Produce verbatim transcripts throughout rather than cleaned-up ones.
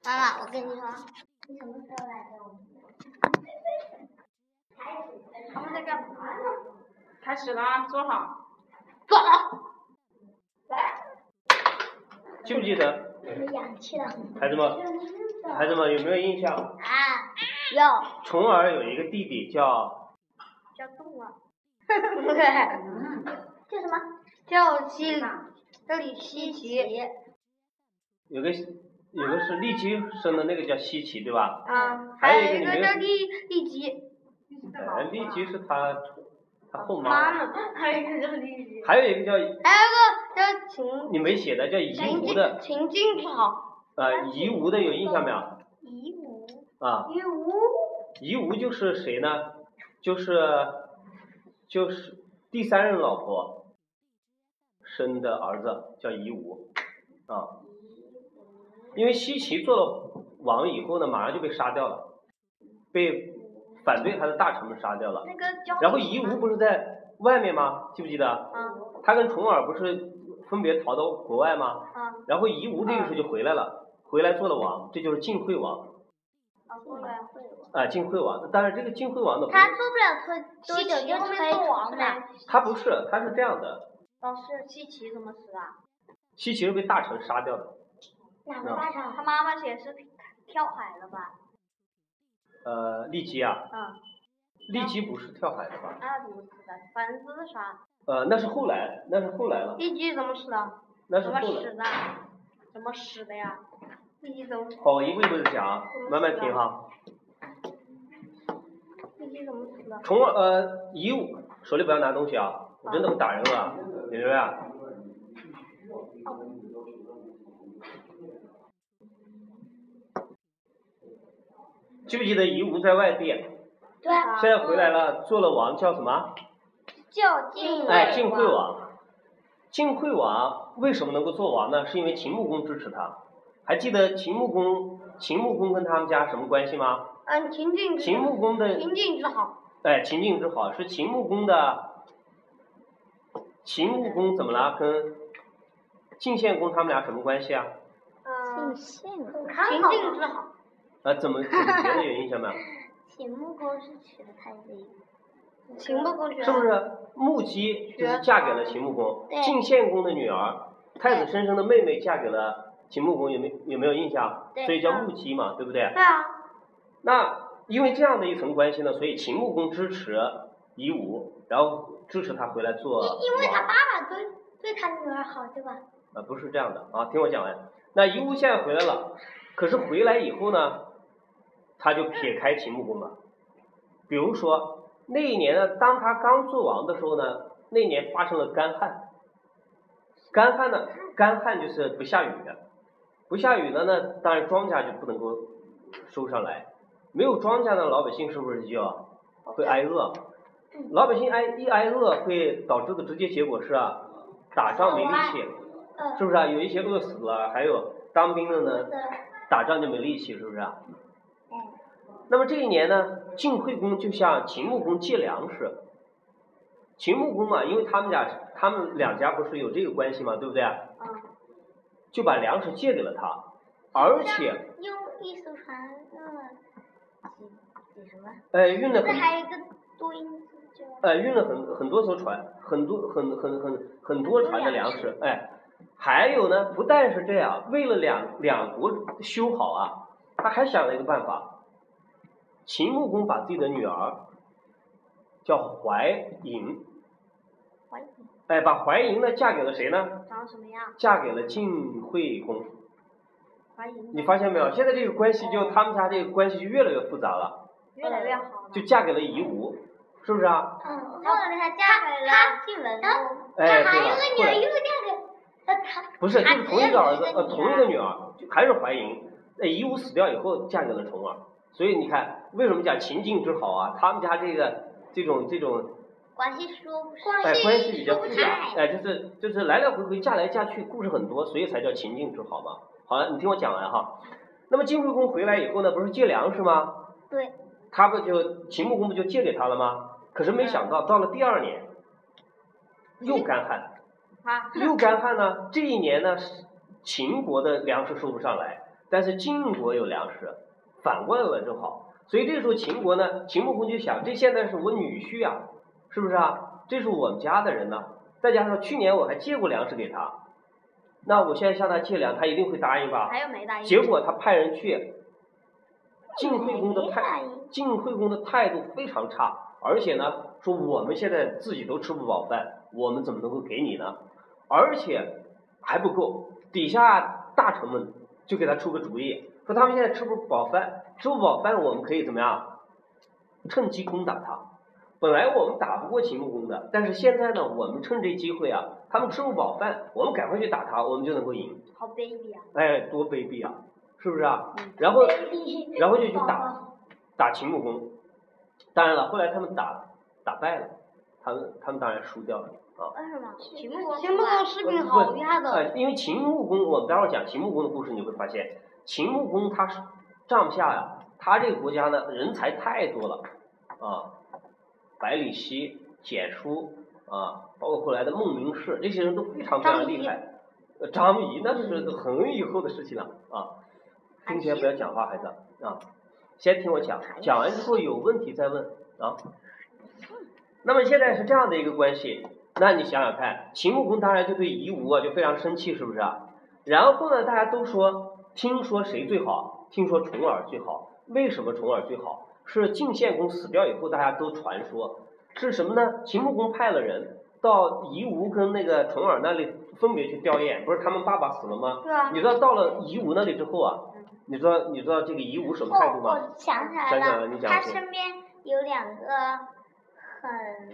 妈妈，我跟你说，你什么时候来给我们？ 他们在干嘛呢？开始了，坐好。 坐好。 记不记得？ 没氧气了。 孩子们，孩子们有没有印象？ 啊，有。 虫儿有一个弟弟叫叫动啊。 叫什么？ 叫西，叫李希奇。 有个有个是利基生的那个叫希奇，对吧？ 啊。 还有一一个你没有。 个叫利利基。 哎，利基是他他后妈。 妈妈。还有一个叫利基。 还有一个叫。 还有一个叫秦。 你没写的叫夷吾的。 秦晋草。 呃，夷吾的有印象没有？ 夷吾。 啊。 夷吾。 夷吾就是谁呢？就是就是第三任老婆生的儿子叫夷吾啊。因为西岐做了王以后呢，马上就被杀掉了，被反对他的大臣们杀掉了。 那个然后夷吾不是在外面吗？记不记得？ 嗯。 他跟重耳不是分别逃到国外吗？ 嗯。 然后夷吾这个时候就回来了，回来做了王，这就是晋惠王。 啊，后来。 啊，晋惠王，但是这个晋惠王的。 他做不了多多久就可以做王了。 他不是，他是这样的。 老师，西岐怎么死的？ 西岐是被大臣杀掉的。 哪个大臣？ 他妈妈写是跳海了吧？ 呃，骊姬啊。 嗯。 骊姬不是跳海的吧？ 那怎么死的？反正自杀。 呃，那是后来，那是后来了。 骊姬怎么死的？ 那是后来。 怎么死的？怎么死的呀？骊姬怎么？ 好，我一步一步的讲，慢慢听哈。 骊姬怎么死的？ 重耳呃，夷吾手里不要拿东西啊，我真的会打人了，明白啊？记不记得夷吾在外地？ 对。 现在回来了，做了王，叫什么？ 叫晋。 哎，晋惠王。晋惠王为什么能够做王呢？是因为秦穆公支持他。还记得秦穆公，秦穆公跟他们家什么关系吗？ 嗯，秦晋之。 秦穆公的。 秦晋之好。 哎，秦晋之好是秦穆公的。秦穆公怎么了？跟晋献公他们俩什么关系啊？ 嗯。 晋献公。 秦晋之好。 呃，怎么怎么觉得有印象没有？ 秦穆公是娶了太子。 秦穆公娶了。 是不是穆姬就是嫁给了秦穆公？晋献公的女儿，太子申生的妹妹嫁给了秦穆公，有没有没有印象？所以叫穆姬嘛，对不对？ 对啊。 那因为这样的一层关系呢，所以秦穆公支持夷吾，然后支持他回来做。 因为他爸爸对对他女儿好，对吧？ 啊，不是这样的啊，听我讲完。那夷吾现在回来了，可是回来以后呢，他就撇开秦穆公了。比如说那一年呢，当他刚做王的时候呢，那一年发生了干旱。干旱呢，干旱就是不下雨的，不下雨了呢，当然庄稼就不能够收上来。没有庄稼呢，老百姓是不是就要会挨饿？老百姓挨一挨饿，会导致的直接结果是啊，打仗没力气，是不是啊？有一些饿死了，还有当兵的呢，打仗就没力气，是不是啊？那么这一年呢，晋惠公就向秦穆公借粮食。秦穆公啊，因为他们家他们两家不是有这个关系嘛，对不对？ 嗯。 就把粮食借给了他，而且。 用一艘船运了几几什么？ 哎，运了很。 还有一个多音字叫。 哎，运了很很多艘船，很多很很很很多船的粮食，哎，还有呢，不但是这样，为了两两国修好啊，他还想了一个办法。秦穆公把自己的女儿叫怀嬴， 怀嬴， 哎，把怀嬴呢嫁给了谁呢？ 长什么样？ 嫁给了晋惠公。 怀嬴。 你发现没有？现在这个关系就他们家这个关系就越来越复杂了。 越来越好了。 就嫁给了夷吾，是不是啊？ 嗯，后来他嫁给了晋文公。 哎， 他还对了， 有个女儿又嫁给呃他。 不是，就是同一个儿子，呃，同一个女儿，还是怀嬴。呃，夷吾死掉以后嫁给了重耳。所以你看，为什么讲秦晋之好啊？他们家这个这种这种关系说不上， 哎，关系比较复杂，哎，就是就是来来回回嫁来嫁去，故事很多，所以才叫秦晋之好嘛。好了，你听我讲完哈。那么晋惠公回来以后呢，不是借粮食吗？ 对。 他不就秦穆公不就借给他了吗？可是没想到到了第二年，又干旱， 啊， 又干旱呢。这一年呢，秦国的粮食收不上来。 但是晋国有粮食，反过来了正好。所以这时候秦国呢，秦穆公就想，这现在是我女婿啊，是不是啊？这是我们家的人呢，再加上去年我还借过粮食给他，那我现在向他借粮，他一定会答应吧？ 还有没答应？ 结果他派人去，晋惠公的态晋惠公的态度非常差，而且呢说我们现在自己都吃不饱饭，我们怎么能够给你呢？而且还不够，底下大臣们就给他出个主意，说他们现在吃不饱饭，吃不饱饭我们可以怎么样？趁机攻打他。本来我们打不过秦穆公的，但是现在呢，我们趁这机会啊，他们吃不饱饭，我们赶快去打他，我们就能够赢。 好卑鄙啊！ 哎，多卑鄙啊，是不是啊？然后，然后就去打打秦穆公。当然了，后来他们打打败了，他们他们当然输掉了啊。 为什么？秦穆公秦穆公士兵好厉害的。 呃，因为秦穆公，我们待会儿讲秦穆公的故事，你会发现，秦穆公他是帐下呀、啊，他这个国家呢人才太多了啊。百里奚、简书啊，包括后来的孟明视，这些人都非常非常厉害。呃，张仪那是很以后的事情了啊。中间不要讲话，孩子啊，先听我讲，讲完之后有问题再问啊。那么现在是这样的一个关系，那你想想看，秦穆公当然就对夷吾啊就非常生气，是不是啊？然后呢，大家都说，听说谁最好？听说重耳最好。为什么重耳最好？是晋献公死掉以后，大家都传说是什么呢？秦穆公派了人到夷吾跟那个重耳那里分别去吊唁，不是他们爸爸死了吗？ 对啊。 你知道到了夷吾那里之后啊，你知道你知道这个夷吾什么态度吗？ 哦、我想起来了， 想起来了，你讲他身边有两个很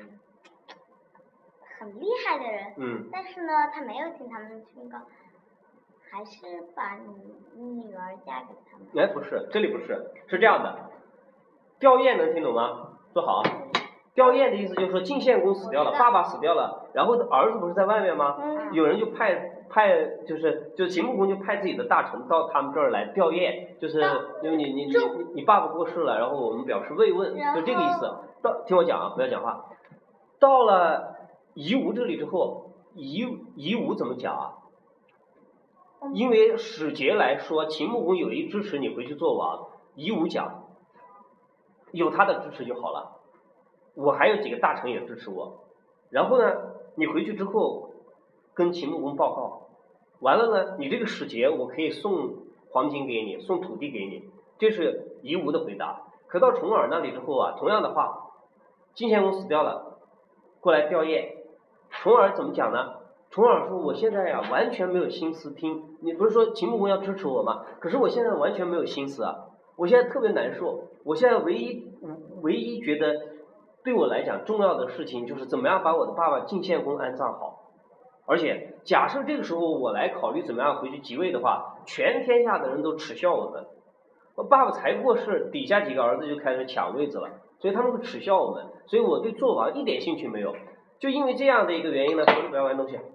很厉害的人， 嗯， 但是呢，他没有听他们的劝告，还是把女女儿嫁给他们。 哎，不是，这里不是，是这样的。吊唁能听懂吗？坐好。吊唁的意思就是说晋献公死掉了，爸爸死掉了，然后儿子不是在外面吗？ 嗯、 有人就派派就是就秦穆公就派自己的大臣到他们这儿来吊唁，就是因为你你你你爸爸过世了，然后我们表示慰问，就这个意思。到听我讲啊，不要讲话。到了夷吾这里之后，夷夷吾怎么讲啊？因为使节来说秦穆公有意支持你回去做王，夷吾讲有他的支持就好了。我还有几个大臣也支持我，然后呢，你回去之后跟秦穆公报告，完了呢，你这个使节我可以送黄金给你，送土地给你，这是夷吾的回答。可到重耳那里之后啊，同样的话，晋献公死掉了，过来吊唁，重耳怎么讲呢？重耳说我现在呀、啊、完全没有心思听，你不是说秦穆公要支持我吗？可是我现在完全没有心思啊，我现在特别难受，我现在唯一唯一觉得对我来讲重要的事情就是怎么样把我的爸爸晋献公安葬好。而且假设这个时候我来考虑怎么样回去即位的话，全天下的人都耻笑我们。我爸爸才过世，底下几个儿子就开始抢位子了，所以他们会耻笑我们，所以我对做王一点兴趣没有。就因为这样的一个原因呢，手里不要玩东西，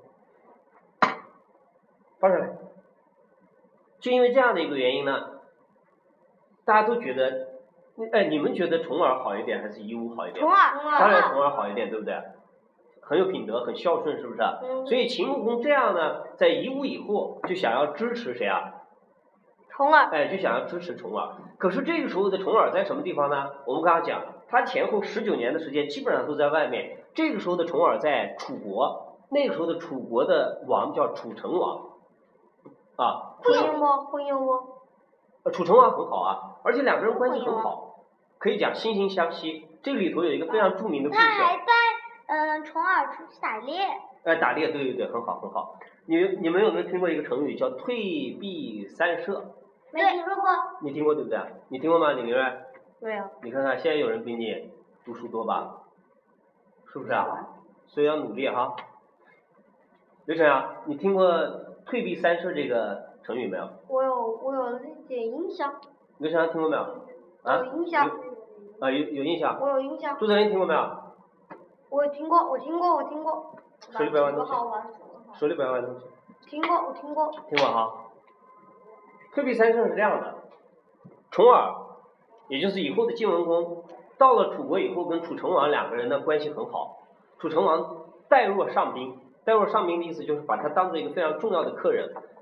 放上来。就因为这样的一个原因呢，大家都觉得，哎，你们觉得重耳好一点还是夷吾好一点？ 重耳， 当然重耳好一点，对不对？很有品德，很孝顺，是不是？ 嗯、 所以秦穆公这样呢，在夷吾以后就想要支持谁啊？ 重耳。 哎，就想要支持重耳。可是这个时候的重耳在什么地方呢？我们刚刚讲，他前后十九年的时间基本上都在外面。这个时候的重耳在楚国，那个时候的楚国的王叫楚成王，啊。 婚姻不？婚姻不？ 楚成王很好啊，而且两个人关系很好，可以讲惺惺相惜。这个里头有一个非常著名的故事。 他还带嗯重耳出去打猎。 哎，打猎，对对对，很好很好。你你们有没有听过一个成语叫退避三舍？ 没听说过。 你听过对不对？你听过吗，李明瑞？ 没有。 你看看，现在有人比你读书多吧？是不是啊？所以要努力哈。刘晨啊，你听过退避三舍这个成语没有？ 我有，我有一点印象。 刘晨听过没有？啊？ 有印象。 啊，有有印象。 我有印象。 朱泽林听过没有？ 我听过，我听过，我听过。 手里不要玩东西。手里不要玩东西。 听过，我听过。 听过哈。退避三舍是这样的，重耳，也就是以后的晋文公，到了楚国以后，跟楚成王两个人的关系很好。楚成王待若上宾，待若上宾的意思就是把他当做一个非常重要的客人。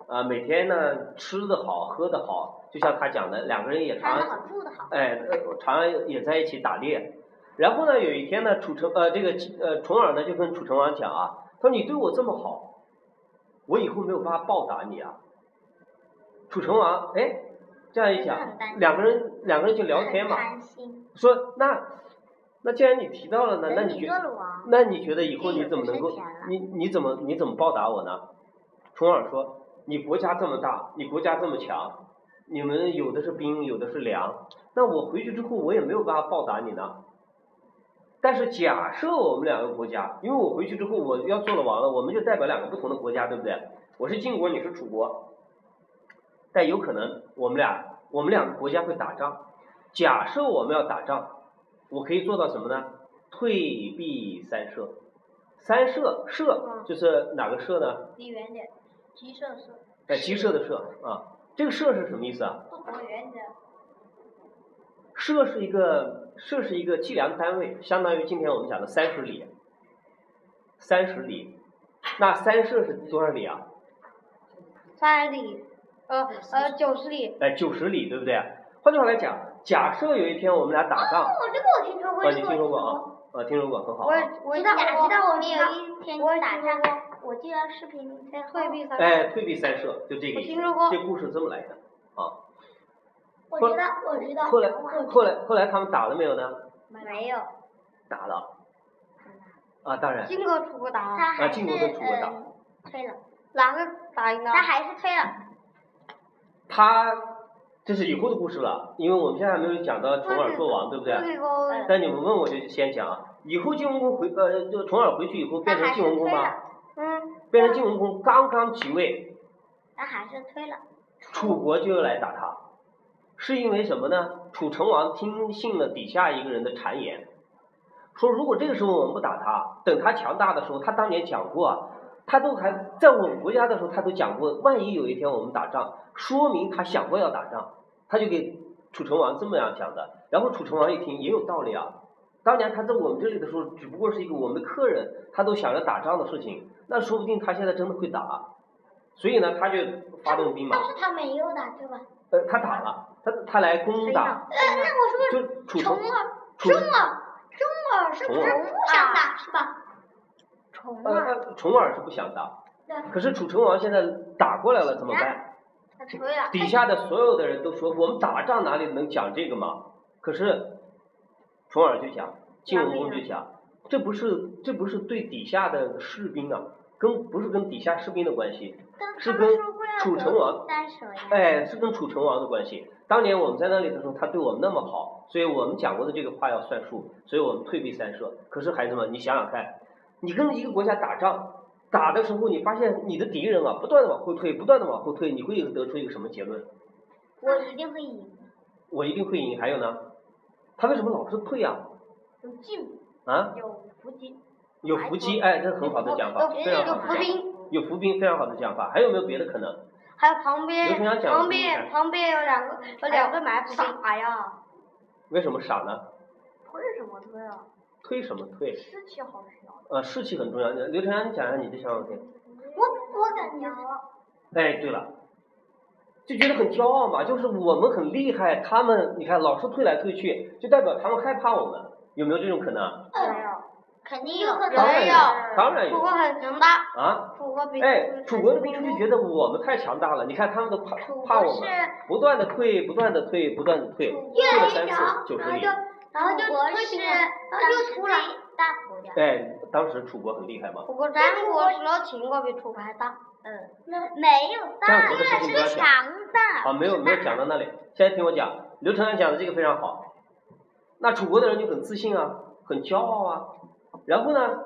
啊，每天呢吃的好，喝的好，就像他讲的，两个人也常穿的好，住的好。 哎，呃常也在一起打猎。然后呢，有一天呢，楚成呃这个呃重耳呢就跟楚成王讲啊，他说你对我这么好，我以后没有办法报答你啊。楚成王哎这样一讲，两个人两个人就聊天嘛，说那那既然你提到了呢，那你觉那你觉得以后你怎么能够你你怎么你怎么报答我呢？重耳说，你国家这么大，你国家这么强，你们有的是兵，有的是粮，那我回去之后我也没有办法报答你呢。但是假设我们两个国家，因为我回去之后我要做了王了，我们就代表两个不同的国家，对不对？我是晋国，你是楚国，但有可能我们俩我们两个国家会打仗。假设我们要打仗，我可以做到什么呢？退避三舍。三舍舍就是哪个舍呢？ 离远点，鸡舍舍。 哎，鸡舍的舍啊，这个舍是什么意思啊？ 躲远点。 舍是一个舍是一个计量单位，相当于今天我们讲的三十里。三十里，那三舍是多少里啊？ 三十里，呃呃九十里。 哎，九十里，对不对？换句话来讲，假设有一天我们俩打仗， 哦，这个我听说过， 啊，你听说过啊？啊，听说过，很好。 我我知道，我知道我们有一天打仗，我记得视频在退避三舍。 哎，退避三舍，就这个意思。 我听说过。 这故事这么来的啊。 我知道，我知道。 后来后来后来他们打了没有呢？ 没有。 打了。啊，当然。 晋国楚国打了。 啊，晋国跟楚国打。 退了。 哪个打赢了？ 他还是退了。 他这是以后的故事了，因为我们现在还没有讲到重耳做王，对不对？但你们问我就先讲啊。以后晋文公回呃，就重耳回去以后变成晋文公吗？ 嗯。 变成晋文公刚刚即位。 他还是退了。 楚国就要来打他，是因为什么呢？楚成王听信了底下一个人的谗言，说如果这个时候我们不打他，等他强大的时候，他当年讲过啊，他都还在我们国家的时候，他都讲过，万一有一天我们打仗，说明他想过要打仗，他就给楚成王这么样讲的。然后楚成王一听也有道理啊，当年他在我们这里的时候，只不过是一个我们的客人，他都想着打仗的事情，那说不定他现在真的会打，所以呢，他就发动兵马。 但是他没有打，对吧？ 呃，他打了，他他来攻打。 呃，那我说就楚重耳，重耳，重耳是不是不想打是吧？重耳。 呃，重耳是不想打。可是楚成王现在打过来了，怎么办？ 他退了。 底下的所有的人都说，我们打仗哪里能讲这个嘛？可是重耳就讲，晋文公就讲，这不是这不是对底下的士兵啊，跟不是跟底下士兵的关系，是跟楚成王，哎，是跟楚成王的关系。当年我们在那里的时候，他对我们那么好，所以我们讲过的这个话要算数，所以我们退避三舍。可是孩子们，你想想看，你跟一个国家打仗，打的时候你发现你的敌人啊，不断的往后退，不断的往后退，你会得出一个什么结论？ 我一定会赢。 我一定会赢。还有呢，他为什么老是退啊？ 有进啊？ 有伏击。 有伏击，哎，这是很好的讲法，非常好的讲法。有伏兵，非常好的讲法。还有没有别的可能？ 还有旁边，旁边旁边有两个有两个埋伏兵。 傻呀？ 为什么傻呢？ 退什么退啊？ 退什么退？ 士气好重要。 呃，士气很重要。刘晨阳，你讲一下你的想法听。 我我感觉。 哎，对了，就觉得很骄傲嘛，就是我们很厉害，他们你看老是退来退去，就代表他们害怕我们，有没有这种可能？ 没有。肯定有， 当然有，当然有。 楚国很强大啊！ 楚国比哎，楚国的兵就觉得我们太强大了，你看他们都怕怕我们，不断的退，不断的退，不断的退，退了三次九十里。 然后就退是，然后就突然大国家。 哎，当时楚国很厉害嘛。 楚国战国时候秦国比楚国还大。 嗯。没有大， 战国的事情不要讲。 强大。 好，没有没有讲到那里，现在听我讲，刘承恩讲的这个非常好。那楚国的人就很自信啊，很骄傲啊。然后呢，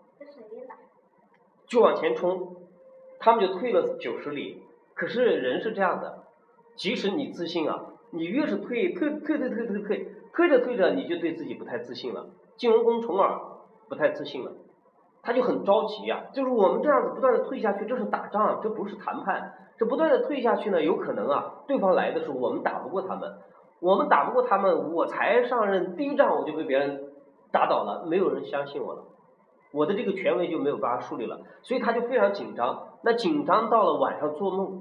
就往前冲，他们就退了九十里。可是人是这样的，即使你自信啊，你越是退退退退退退退，退着退着你就对自己不太自信了。晋文公重耳不太自信了，他就很着急啊，就是我们这样子不断的退下去，这是打仗，这不是谈判，这不断的退下去呢，有可能啊，对方来的时候我们打不过他们，我们打不过他们，我才上任第一仗我就被别人打倒了，没有人相信我了，我的这个权威就没有办法树立了，所以他就非常紧张。那紧张到了晚上做梦，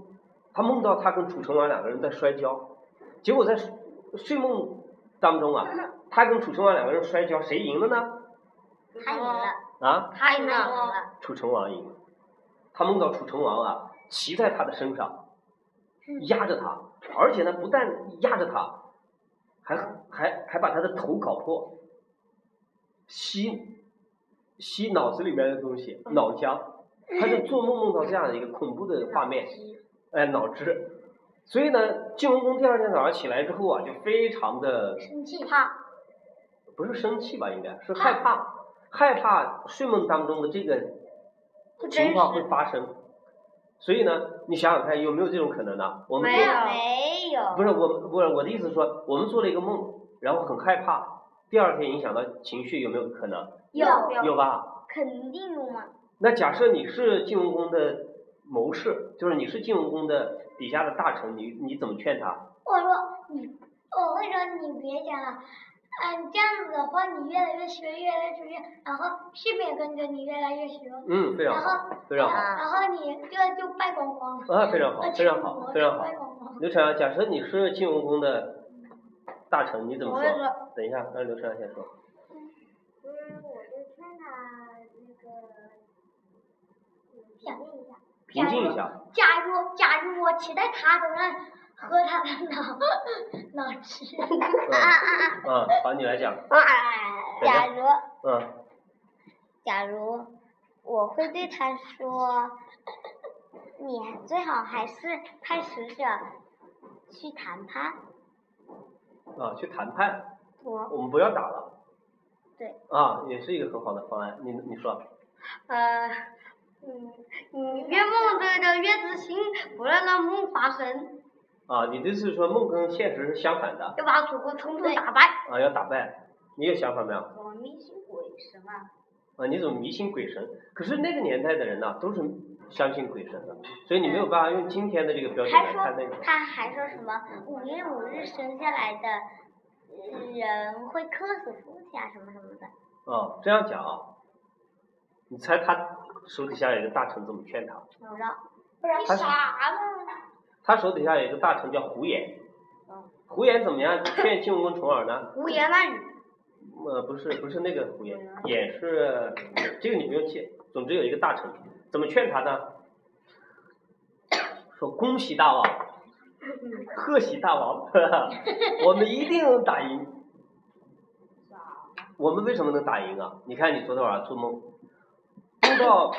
他梦到他跟楚成王两个人在摔跤，结果在睡梦当中啊，他跟楚成王两个人摔跤，谁赢了呢？ 他赢了。 啊？ 他赢了。 楚成王赢了。他梦到楚成王啊，骑在他的身上，压着他，而且呢，不但压着他，还还还把他的头搞破，吸吸脑子里面的东西，脑浆。他就做梦梦到这样的一个恐怖的画面，哎，脑汁。所以呢，晋文公第二天早上起来之后啊，就非常的生气，怕， 不是生气吧，应该是害怕，害怕睡梦当中的这个情况会发生。所以呢，你想想看，有没有这种可能呢？我们没有，没有。 不是我，不是我的意思是说，我们做了一个梦，然后很害怕，第二天影响到情绪，有没有可能？ 有， 有吧？ 肯定有嘛。 那假设你是晋文公的谋士，就是你是晋文公的底下的大臣，你你怎么劝他？ 我说你，我会说你别讲了，嗯，这样子的话你越来越学，越来越学，然后士兵也跟着你越来越学。 嗯，非常好，非常好。 然后你这就败光光了。 啊，非常好，非常好，非常好。刘晨阳，假设你是晋文公的大臣，你怎么说？等一下，让刘晨阳先说。 嗯，我就劝他那个。平静一下， 平静一下。 假如假如我骑在他头上喝他的脑脑汁。 啊啊啊！嗯，好，你来讲。 假如。 嗯。 假如我会对他说，你最好还是派使者去谈判。 啊，去谈判。 我。 我们不要打了。 对。 啊，也是一个很好的方案，你你说。 呃。嗯，你越梦对的越自信，不让那梦发生。 啊，你的意思是说梦跟现实是相反的？ 要把楚国统统打败。 啊，要打败，你有想法没有？ 我迷信鬼神啊。 啊，你怎么迷信鬼神？可是那个年代的人呢、啊，都是相信鬼神的，所以你没有办法用今天的这个标准来看那个。 他还说什么五月五日生下来的人会克死父亲啊，什么什么的。 哦，这样讲啊。你猜他手底下有一个大臣怎么劝他？ 不知道。不知道。你傻呢？ 他手底下有一个大臣叫胡言。 嗯。 胡言怎么样劝晋文公重耳呢？ 胡言乱语。 呃，不是，不是那个胡言，言是这个你不用记。总之有一个大臣怎么劝他呢？说恭喜大王，贺喜大王，我们一定能打赢。我们为什么能打赢啊？你看你昨天晚上做梦。梦到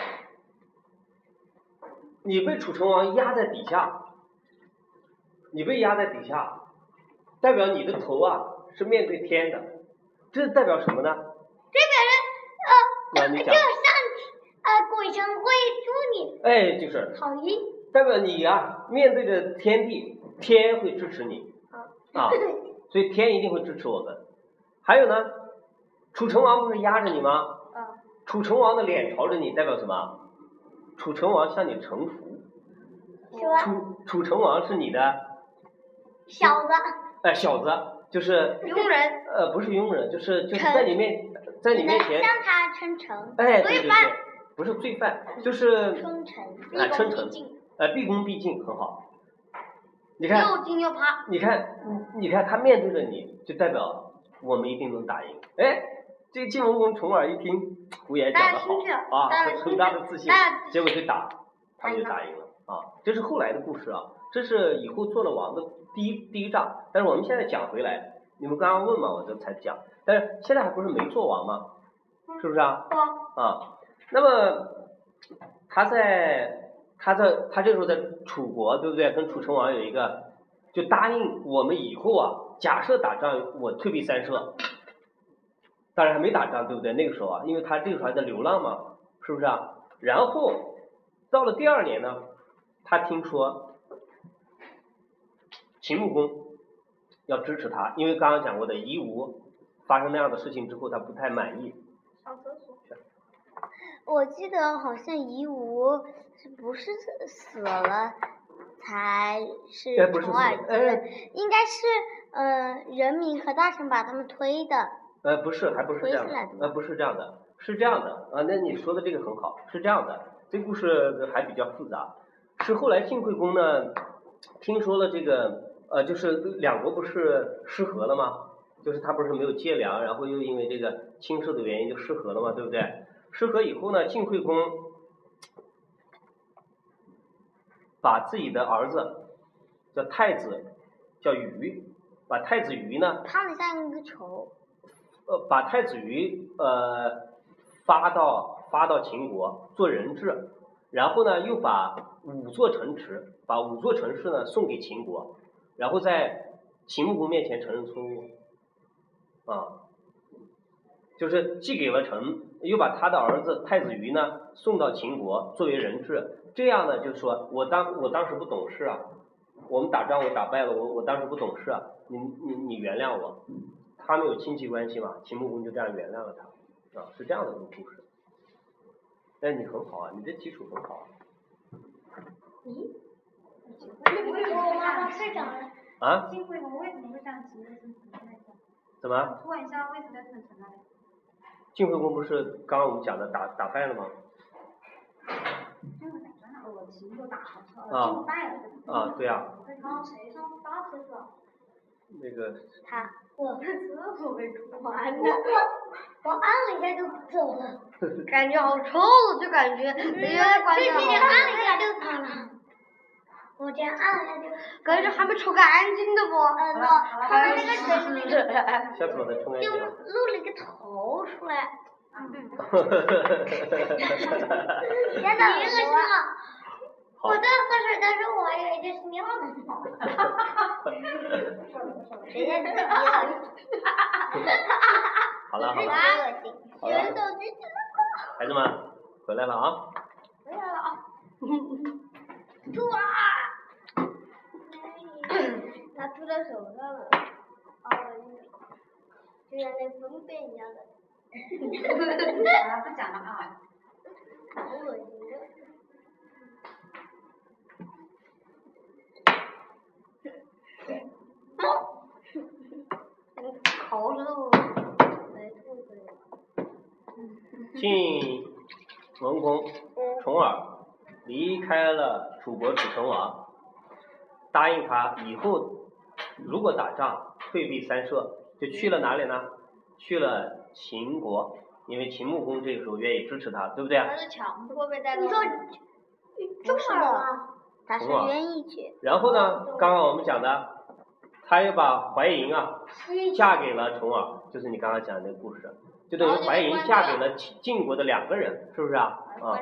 你被楚成王压在底下，你被压在底下，代表你的头啊是面对天的，这代表什么呢？ 代表人呃， 你讲就上呃鬼神会助你。 哎，就是。 好运。 代表你啊面对着天地，天会支持你。啊，所以天一定会支持我们。还有呢，楚成王不是压着你吗？楚成王的脸朝着你，代表什么？楚成王向你臣服。楚楚成王是你的小子。 哎，小子就是佣人。 呃，不是佣人，就是就是在你面在你面前向他称臣。 哎，对对对，不是罪犯，就是称臣。 哎，称臣。哎，毕恭毕敬，很好。你看。 又敬又怕。 你看，你看他面对着你，就代表我们一定能打赢。哎。这个晋文公重耳一听胡言讲得好啊，很大的自信，结果去打，他们就打赢了啊。这是后来的故事啊，这是以后做了王的第一第一仗。但是我们现在讲回来，你们刚刚问嘛，我这才讲。但是现在还不是没做王吗？是不是啊？啊，那么他在他在他这时候在楚国，对不对？跟楚成王有一个，就答应我们以后啊，假设打仗我退避三舍。当然还没打仗，对不对？那个时候啊，因为他这个时候还在流浪嘛，是不是啊？然后到了第二年呢，他听说秦穆公要支持他，因为刚刚讲过的夷吾发生那样的事情之后，他不太满意。 上厕所。 我记得好像夷吾是不是死了才是重耳继任？应该是呃人民和大臣把他们推的。 呃，不是，还不是这样的，呃，不是这样的，是这样的啊。那你说的这个很好，是这样的，这个故事还比较复杂。是后来晋惠公呢， 听说了这个呃，就是两国不是失和了吗？就是他不是没有借粮，然后又因为这个亲事的原因就失和了嘛，对不对？失和以后呢，晋惠公把自己的儿子叫太子叫虞，把太子虞呢， 胖的像一个球。 呃，把太子虞呃发到发到秦国做人质，然后呢又把五座城池，把五座城市呢送给秦国，然后在秦穆公面前承认错误，啊，就是既给了城，又把他的儿子太子虞呢送到秦国作为人质，这样呢就是说我当我当时不懂事啊，我们打仗我打败了，我我当时不懂事啊，你你你原谅我。他们有亲戚关系嘛？秦穆公就这样原谅了他，啊，是这样的一个故事。但你很好啊，你这基础很好啊。 咦？我妈妈睡着了。 啊？ 晋惠公为什么会这样急着生存来着？ 怎么？ 突然一下为什么要生存来着？ 晋惠公不是刚刚我们讲的打打败了吗？ 就是打仗了，我秦都打了，就败了。 啊，对呀。 然后谁上大车子？ 那个。 他。 我的车子被撞了。 我我按了一下就走了。 感觉好臭，就感觉。 对，今天按了一下就走了。我这样按了一下就。 感觉还没冲干净的不？ 嗯，那后面那个水是。 下次我再冲干净。 就露了一个头出来。嗯。真的恶心了。我在喝水，但是我以为这是尿呢。谁家自己了？ 好了好了。 恶心。 好了。孩子们回来了啊！ 回来了啊！吐啊！他吐到手上了。哦，就像那粪便一样的。 不讲了啊！ 好恶心的。 烤肉， 晋文公重耳离开了楚国楚成王，答应他以后如果打仗退避三舍，就去了哪里呢？去了秦国，因为秦穆公这个时候愿意支持他，对不对？ 他是强迫被带到。 你说重耳吗？他是愿意去。 然后呢，刚刚我们讲的。他又把淮阴啊嫁给了重耳，就是你刚刚讲的那个故事，就等于淮阴嫁给了晋国的两个人，是不是啊？啊。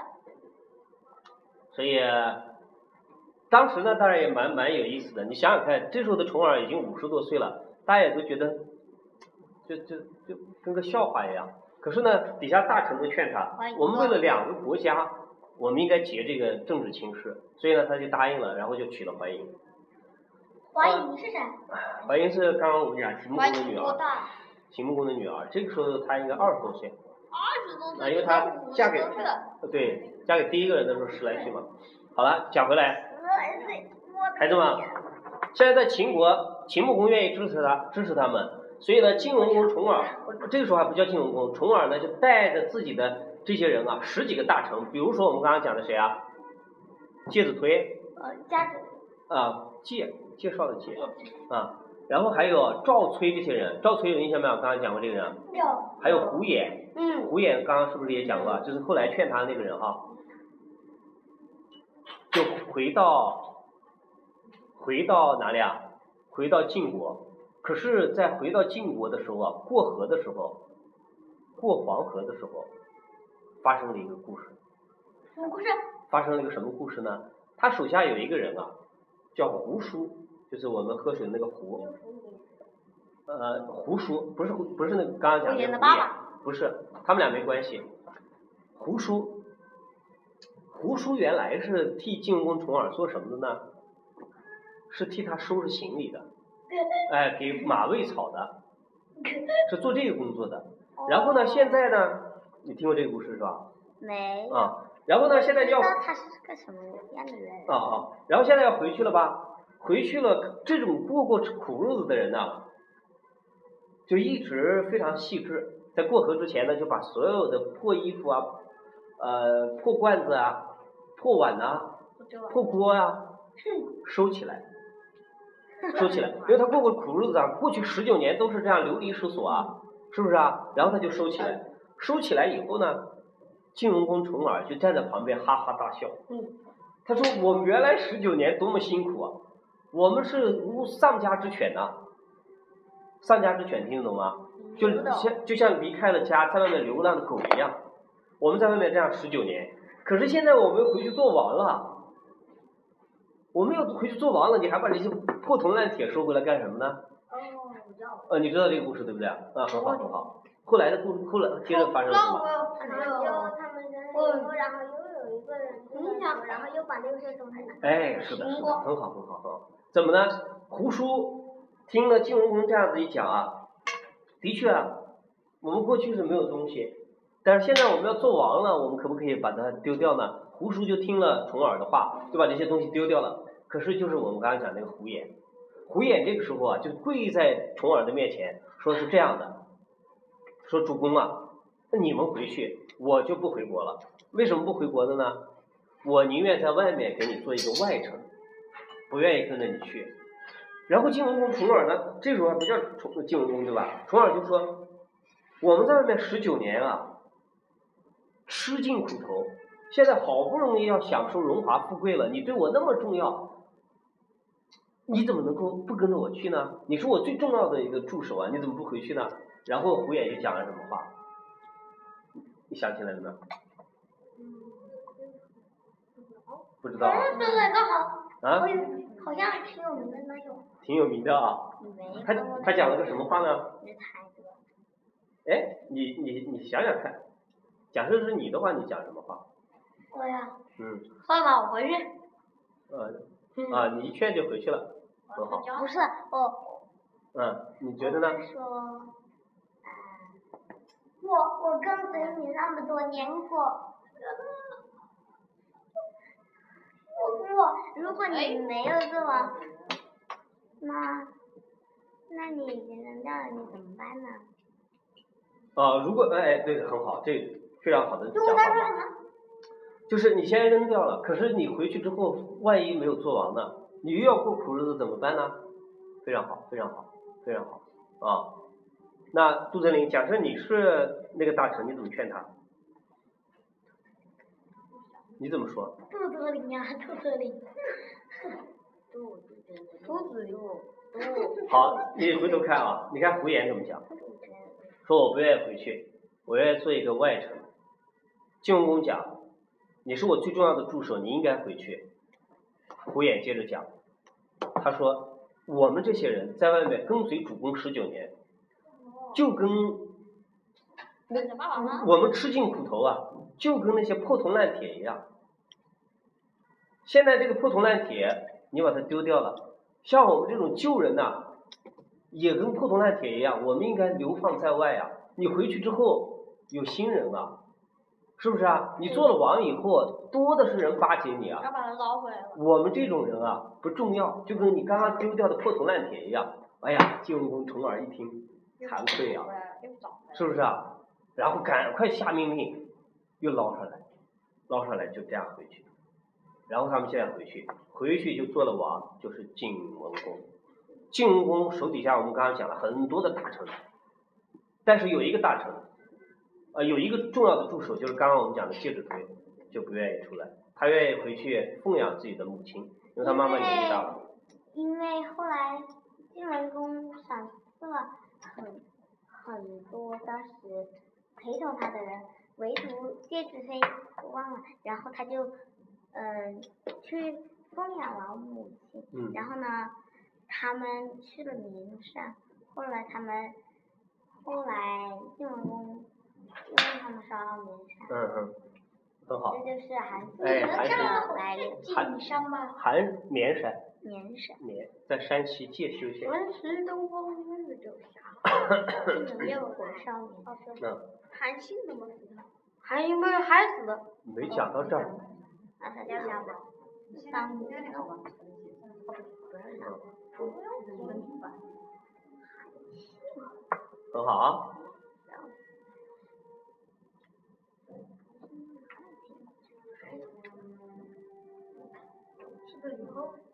所以当时呢，当然也蛮蛮有意思的。你想想看，这时候的重耳已经五十多岁了，大家也都觉得就就就跟个笑话一样。可是呢，底下大臣都劝他，我们为了两个国家，我们应该结这个政治亲事，所以呢，他就答应了，然后就娶了淮阴。 淮阴是谁？ 淮阴是刚刚我们讲秦穆公的女儿，秦穆公的女儿，这个时候她应该二十多岁。 二十多岁。 啊，因为她嫁给对嫁给第一个人的时候十来岁嘛。好了，讲回来，孩子们，现在在秦国，秦穆公愿意支持他，支持他们，所以呢，晋文公重耳，这个时候还不叫晋文公，重耳呢就带着自己的这些人啊，十几个大臣，比如说我们刚刚讲的谁啊？介子推。 呃，家子。 啊，介。介绍的介啊，然后还有赵崔这些人，赵崔有印象没有？刚刚讲过这个人。 有。 还有胡衍。 嗯。 胡衍刚刚是不是也讲过？就是后来劝他的那个人哈，就回到回到哪里啊？回到晋国。可是，在回到晋国的时候啊，过河的时候，过黄河的时候，发生了一个故事。 什么故事？ 发生了一个什么故事呢？他手下有一个人啊，叫胡舒。就是我们喝水的那个壶，呃，胡舒不是不是那个刚刚讲的胡衍，不是，他们俩没关系。胡舒，胡舒原来是替晋文公重耳做什么的呢？是替他收拾行李的，哎，给马喂草的，是做这个工作的。然后呢，现在呢，你听过这个故事是吧？ 没。 啊，然后呢，现在要。 不知道他是个什么样的人。 啊啊，然后现在要回去了吧？回去了，这种过过苦日子的人呢、啊，就一直非常细致。在过河之前呢，就把所有的破衣服啊、呃破罐子啊、破碗呐、啊、破锅啊， 收起来，收起来，因为他过过苦日子啊，过去十九年都是这样流离失所啊，是不是啊？然后他就收起来，收起来以后呢，晋文公重耳就站在旁边哈哈大笑。 嗯， 他说我们原来十九年多么辛苦啊，我们是无丧家之犬呐、啊。丧家之犬听得懂吗？就像就像离开了家，在外面流浪的狗一样。我们在外面这样十九年，可是现在我们回去做王了，我们要回去做王了，你还把这些破铜烂铁收回来干什么呢？ 哦，我知道。 呃，你知道这个故事对不对？啊，很好很好。后来的故事，后来接着发生了什么？ 然后他们扔了以后，然后又有一个人听到，然后又把那个水桶拿。 哎，是的，是的，很好很好很好。怎么呢？胡叔听了晋文公这样子一讲啊，的确啊，我们过去是没有东西，但是现在我们要做王了，我们可不可以把它丢掉呢？胡叔就听了重耳的话，就把这些东西丢掉了。可是就是我们刚才讲那个胡衍，胡衍这个时候啊，就跪在重耳的面前，说是这样的，说主公啊，那你们回去，我就不回国了。为什么不回国的呢？我宁愿在外面给你做一个外臣，不愿意跟着你去。然后晋文公重耳呢，这时候还不叫重晋文公对吧？重耳就说，我们在外面十九年啊，吃尽苦头，现在好不容易要享受荣华富贵了，你对我那么重要，你怎么能够不跟着我去呢？你是我最重要的一个助手啊，你怎么不回去呢？然后胡衍就讲了什么话？你想起来了没有？不知道啊？ 说哪个好？ 啊？ 好像挺有名的那种。 挺有名的啊。他他讲了个什么话呢？哎，你你你想想看，假设是你的话，你讲什么话？ 我呀。 嗯。 算了，我回去。 呃啊，你一劝就回去了，很好。 不是我。 嗯，你觉得呢？ 说，我我跟随你那么多年过。我如果你没有做完，那那你已经扔掉了，你怎么办呢？ 啊，如果哎对的很好，这非常好的讲法。 如果他说什么？ 就是你先扔掉了，可是你回去之后，万一没有做完呢？你又要过苦日子怎么办呢？非常好，非常好，非常好啊！那杜泽林，假设你是那个大臣，你怎么劝他？你怎么说？ 杜泽林呀，杜泽林。 杜杜子林。 好，你回头看啊，你看胡言怎么讲？说我不愿意回去，我愿意做一个外臣。晋文公讲，你是我最重要的助手，你应该回去。胡衍接着讲，他说我们这些人在外面跟随主公十九年，就跟那我们吃尽苦头啊，就跟那些破铜烂铁一样。现在这个破铜烂铁你把它丢掉了，像我们这种旧人呐、啊，也跟破铜烂铁一样，我们应该流放在外啊。你回去之后有新人啊，是不是啊？你做了王以后，多的是人巴结你啊。 要把它捞回来了。 我们这种人啊不重要，就跟你刚刚丢掉的破铜烂铁一样。哎呀，晋文公重耳一听，惭愧啊，是不是啊？然后赶快下命令，又捞上来，捞上来就这样回去。然后他们现在回去，回去就做了王，就是晋文公。晋文公手底下我们刚刚讲了很多的大臣，但是有一个大臣，呃，有一个重要的助手，就是刚刚我们讲的介子推，就不愿意出来，他愿意回去奉养自己的母亲，因为他妈妈年纪大了。 因为后来晋文公赏赐了很很多当时陪同他的人，唯独介子推忘了，然后他就嗯、呃、去奉养了母亲， 嗯、 然后呢，他们去了岷山，后来他们后来晋文公又让他们上了岷山。 嗯嗯，很好。 这就是韩哎，韩山来历。 韩山吗？ 韩绵山。 绵山。 绵在山西介休县。 文石东风日久霞。 没有火烧绵。 嗯。 韩信怎么死的？韩信被害死的。 没讲到这儿。 啊，他叫啥吧？三国。 很好啊。 是不是以后？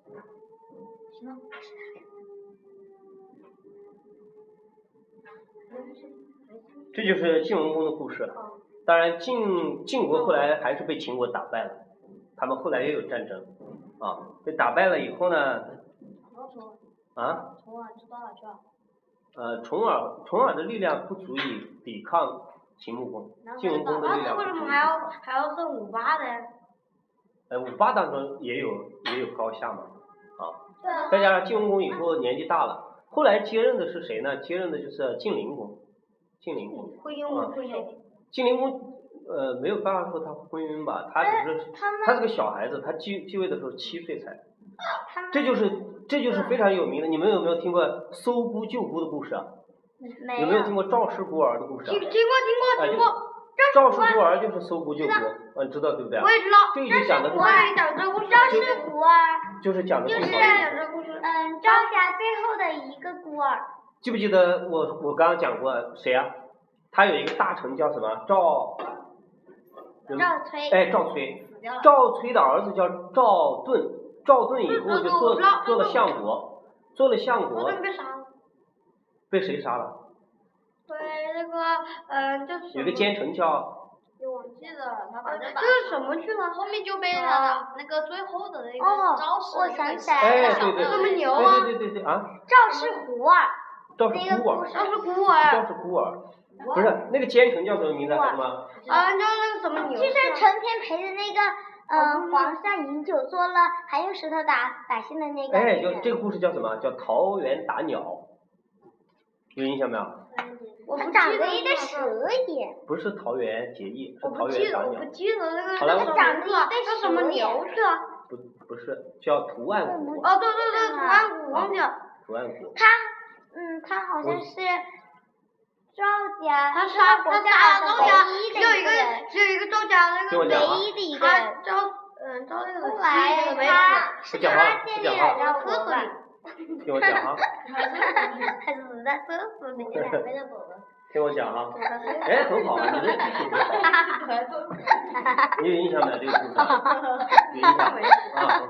这就是晋文公的故事。当然晋晋国后来还是被秦国打败了，他们后来也有战争啊，被打败了以后呢，啊， 重耳知道了是吧？ 呃，重耳重耳的力量不足以抵抗秦穆公，晋文公的力量不足以抵抗。 为什么还要还要分五霸呢？ 呃，五霸当中也有也有高下嘛，啊，再加上晋文公以后年纪大了，后来接任的是谁呢？接任的就是晋灵公，晋灵公。 会用不会用？ 晋灵公呃没有办法说他昏晕吧，他只是他是个小孩子，他继继位的时候七岁才，这就是这就是非常有名的。你们有没有听过搜孤救孤的故事啊？ 没有没有听过赵氏孤儿的故事啊？ 听听过听过听过。 赵氏孤儿就是搜孤救孤，嗯，知道对不对？ 我也知道。 这个就讲的是。 我也讲这个故事。 赵氏孤儿。 就是讲的。 就是讲这个故事。 嗯，赵家最后的一个孤儿。 记不记得我我刚刚讲过谁啊？他有一个大臣叫什么？赵。 赵崔。 哎，赵崔。赵崔的儿子叫赵盾，赵盾以后就做做了相国，做了相国。 被杀了。 被谁杀了？ 对，那个嗯，就是有个奸臣叫。 我忘记了，他反正这是什么去了？后面就被他的那个最后的那个赵氏。 哦，我想起来了。哎，对对。 什么牛啊？ 对对对对啊。 赵氏孤儿。 赵氏孤儿。 赵氏孤儿。 赵氏孤儿。不是那个奸臣叫什么名字？什么？ 啊，叫那个什么牛？ 就是成天陪着那个嗯皇上饮酒作乐，还用石头打百姓的那个。 哎，就这个故事叫什么？叫桃园打鸟。有印象没有？ 我不长得一个蛇眼。 不是桃园结义，是桃园打鸟。 我不记得那个。 好了， 它长得一个叫什么牛去了？ 不不是，叫图案谷。 哦，对对对，图案谷，忘记了。 图案谷。 他嗯，他好像是赵家。 他杀他杀赵家，只有一个人， 只有一个赵家那个唯一的一个人。 赵嗯赵那个。 后来他是他建立了赵国吧。 听我讲啊。 他死在厕所里面，没得走了。 听我讲啊。哎，很好啊，你这记性不错。你有印象没有这个故事？有印象没？啊。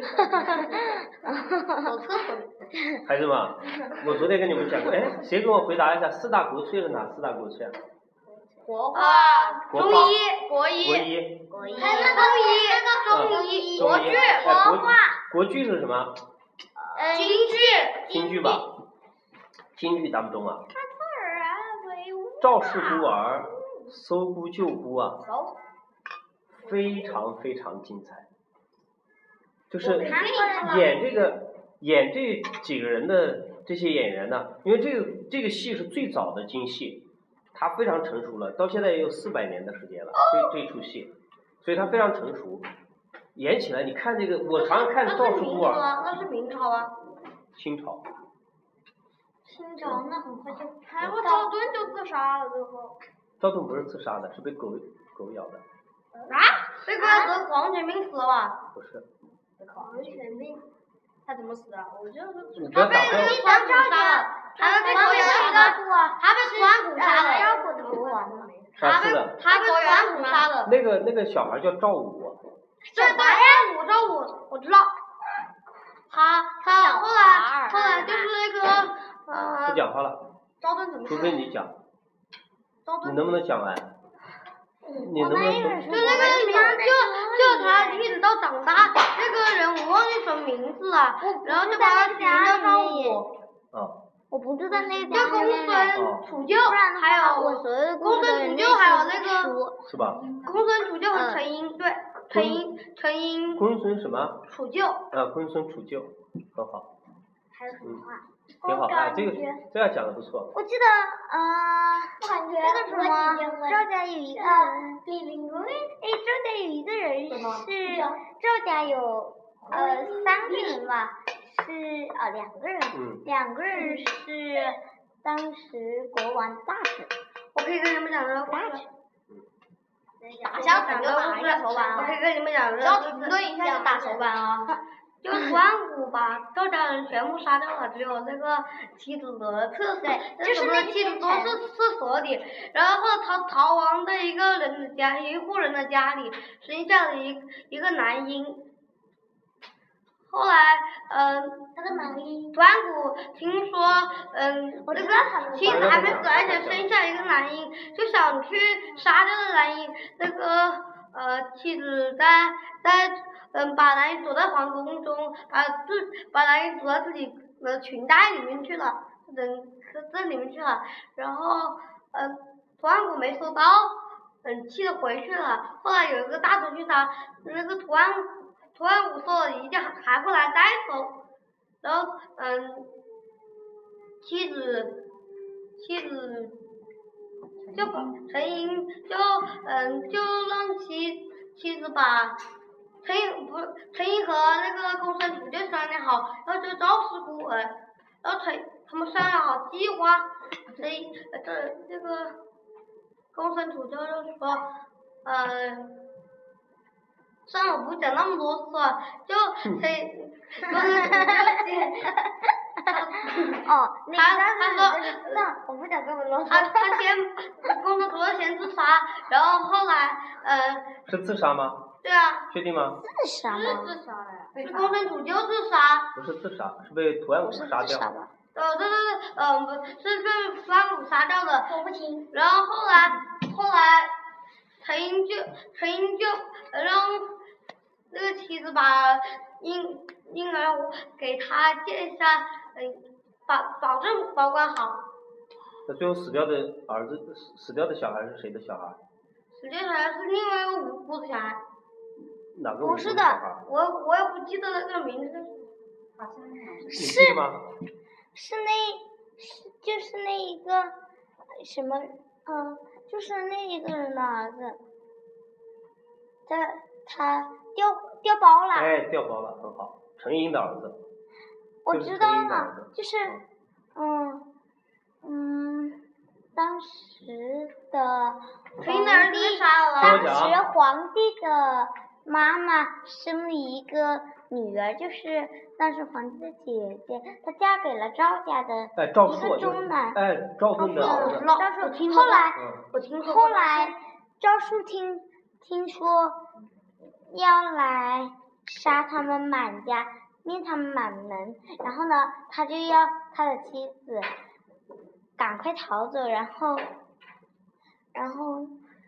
走厕所里。 孩子们，我昨天跟你们讲过，哎，谁给我回答一下四大国粹是哪四大国粹啊？ 国画、 中医、 国医、 国医、 还有那个中医、国剧、 国画。国剧是什么？ 京剧。 京剧吧。京剧当中啊。 他刺儿啊，为伍。 赵氏孤儿，搜孤救孤啊，非常非常精彩。就是演这个演这几个人的这些演员呢，因为这个这个戏是最早的京戏，它非常成熟了，到现在也有四百年的时间了，这这出戏，所以它非常成熟。演起来，你看这个，我常常看赵氏孤儿。 那是明朝啊。 清朝。 清朝那很快就。 还有赵盾就自杀了，最后。 赵盾不是自杀的，是被狗狗咬的。 啊？被狗咬得狂犬病死了吧？ 不是。 狂犬病？他怎么死的？我就是。 他被那个团骨杀了，他被狗咬了，他被团骨杀了。 赵国的国王嘛。 他被他被团骨杀了。 那个那个小孩叫赵武。 对对，赵武赵武，我知道。他他后来后来就是那个呃。 不讲话了。 赵盾怎么？ 除非你讲。你能不能讲完？你能不能？ 就那个里面就就他一直到长大，那个人我忘记什么名字了，然后就把他取名叫赵武。 啊。 我不知道那个。 就公孙杵臼，还有公孙杵臼，还有那个。 是吧？ 公孙杵臼和陈英，对，陈英陈英。 公孙什么？ 杵臼。 啊，公孙杵臼，很好。 还有什么话？ 挺好啊，这个这样讲的不错。 我记得，嗯，我感觉那个什么，赵家有一个人，哎，赵家有一个人是赵家有呃三个人吧，是啊两个人，两个人是当时国王大臣。 我可以跟你们讲这个大臣。 打下整个故事，我可以跟你们讲这个，只要停顿一下就打手板啊。就关谷把赵家人全部杀掉了，只有那个妻子躲在厕所，就是那妻子躲在厕所里，然后逃逃亡的一个人的家，一户人的家里生下了一一个男婴， 后来，嗯，突然谷听说，嗯，那个妻子还没死，而且生下一个男婴，就想去杀掉了男婴。那个呃，妻子在在嗯把男婴锁在皇宫中，把自把男婴锁在自己的裙带里面去了，等这里面去了。然后，嗯，突然谷没收到，嗯，气得回去了。后来有一个大臣去杀，那个突然。突然我说一定还会来再收，然后嗯，妻子妻子就把陈英就嗯就让妻妻子把陈英不陈英和那个公孙图就商量好，然后就赵氏孤儿，然后陈他们商量好计划，陈英这这个公孙图就说呃。算了，我不讲那么多次了，就谁，公孙图就先， 哦， 他他说， 算了，我不讲这么多。 他他先，公孙图先自杀，然后后来，呃。 是自杀吗？ 对啊。 确定吗？ 自杀吗？ 是自杀的，是公孙图就自杀。 不是自杀，是被屠岸贾杀掉。 呃，对对对，嗯，不是被屠岸贾杀掉的。 我不听。 然后后来，后来，陈英就陈英就让。那个妻子把婴婴儿给他介绍，嗯，保保证保管好。 那最后死掉的儿子，死掉的小孩是谁的小孩？ 死掉的小孩是另外一个无辜的小孩。 哪个无辜的小孩？ 不是的， 我我也不记得那个名字。 是吗？ 是那，是就是那一个什么，嗯，就是那一个人的儿子，在他。掉掉包了。 哎，掉包了，很好。陈英的儿子。 我知道了，就是，嗯嗯，当时的皇帝，当时皇帝的妈妈生了一个女儿，就是当时皇帝的姐姐，她嫁给了赵家的一个中男。 哎，赵盾的儿子。 赵树，后来， 我听说。 后来赵树听听说。要来杀他们满家，灭他们满门，然后呢，他就要他的妻子赶快逃走，然后，然后，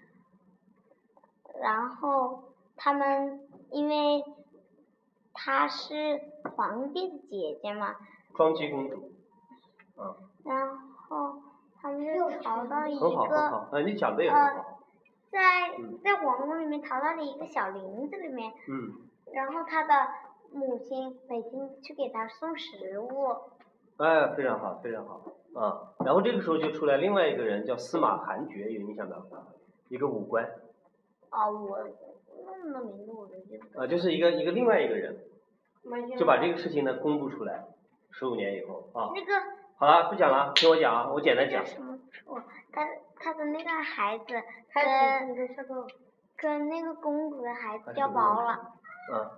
然后他们因为她是皇帝的姐姐嘛， 庄姬公主，嗯， 然后他们就逃到一个， 很好很好，哎，你讲的也很好。 在在皇宫里面逃到了一个小林子里面， 嗯， 然后他的母亲每天去给他送食物。 哎，非常好，非常好啊！然后这个时候就出来另外一个人，叫司马寒绝，有印象没有？一个武官。 啊，我那么多名字我都记不得。 啊，就是一个一个另外一个人，就把这个事情呢公布出来，十五年以后啊。 那个。 好了，不讲了，听我讲啊，我简单讲。 什么错？他他的那个孩子跟跟那个公主的孩子掉包了。 嗯。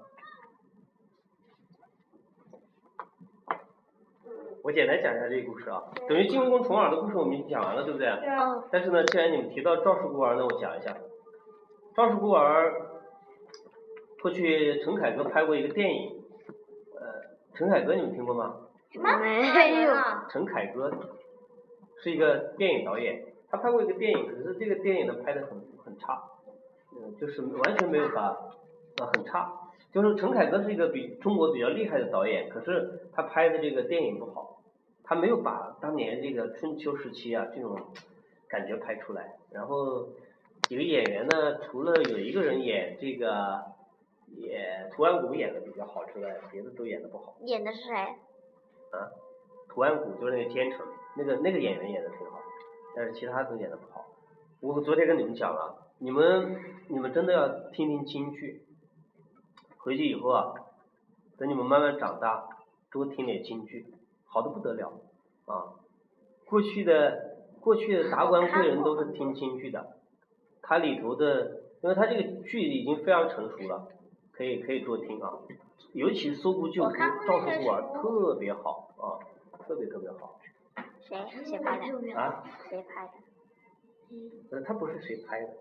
我简单讲一下这个故事啊，等于晋文公重耳的故事我们已经讲完了，对不对？ 对啊。 但是呢，既然你们提到赵氏孤儿呢，我讲一下。赵氏孤儿，过去陈凯歌拍过一个电影，呃，陈凯歌你们听过吗？ 没有。 陈凯歌是一个电影导演，他拍过一个电影，可是这个电影呢拍的很很差，嗯，就是完全没有把，啊很差，就是陈凯歌是一个比中国比较厉害的导演，可是他拍的这个电影不好，他没有把当年这个春秋时期啊这种感觉拍出来，然后几个演员呢，除了有一个人演这个演屠岸贾演的比较好之外，别的都演的不好。 演的是谁？ 啊，屠岸贾就是那个奸臣，那个那个演员演的挺好，但是其他都演的不好。我昨天跟你们讲了，你们你们真的要听听京剧，回去以后啊，等你们慢慢长大，多听点京剧，好的不得了啊。过去的过去的达官贵人都是听京剧的，它里头的，因为它这个剧已经非常成熟了，可以可以多听啊。尤其搜孤救孤、赵氏孤儿特别好啊，特别特别好。 谁谁拍的？ 啊？ 谁拍的？ 呃，他不是谁拍的，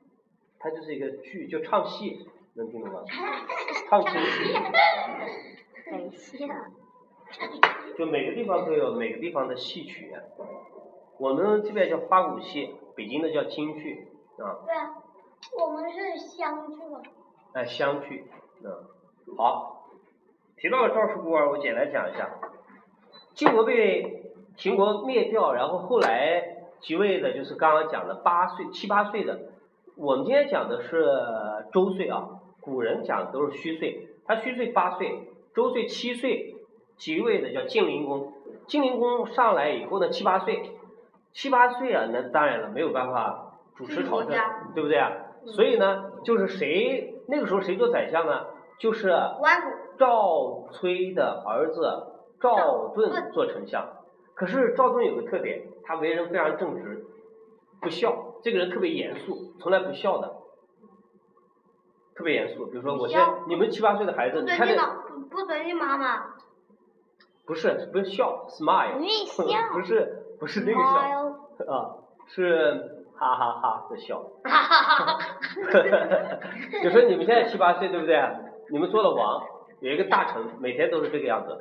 他就是一个剧，就唱戏，能听懂吗？唱京戏。 北戏啊。 就每个地方都有每个地方的戏曲，我们这边叫花鼓戏，北京的叫京剧啊。 对啊，我们是湘剧嘛。 哎，湘剧，嗯，好。提到了赵氏孤儿，我简单讲一下。晋国被秦国灭掉，然后后来即位的就是刚刚讲的八岁、七八岁的。我们今天讲的是周岁啊，古人讲的都是虚岁。他虚岁八岁，周岁七岁即位的叫晋灵公。晋灵公上来以后呢，七八岁，七八岁啊，那当然了，没有办法主持朝政，对不对啊？所以呢，就是谁那个时候谁做宰相呢？就是赵崔的儿子赵盾做丞相。可是赵盾有个特点，他为人非常正直，不孝。这个人特别严肃，从来不孝的，特别严肃。比如说，我现在你们七八岁的孩子，你看这不尊敬妈妈。 不是不是笑 ，smile， 不是不是那个笑啊，是哈哈哈的笑。哈哈哈。就说你们现在七八岁，对不对？你们做了王，有一个大臣，每天都是这个样子。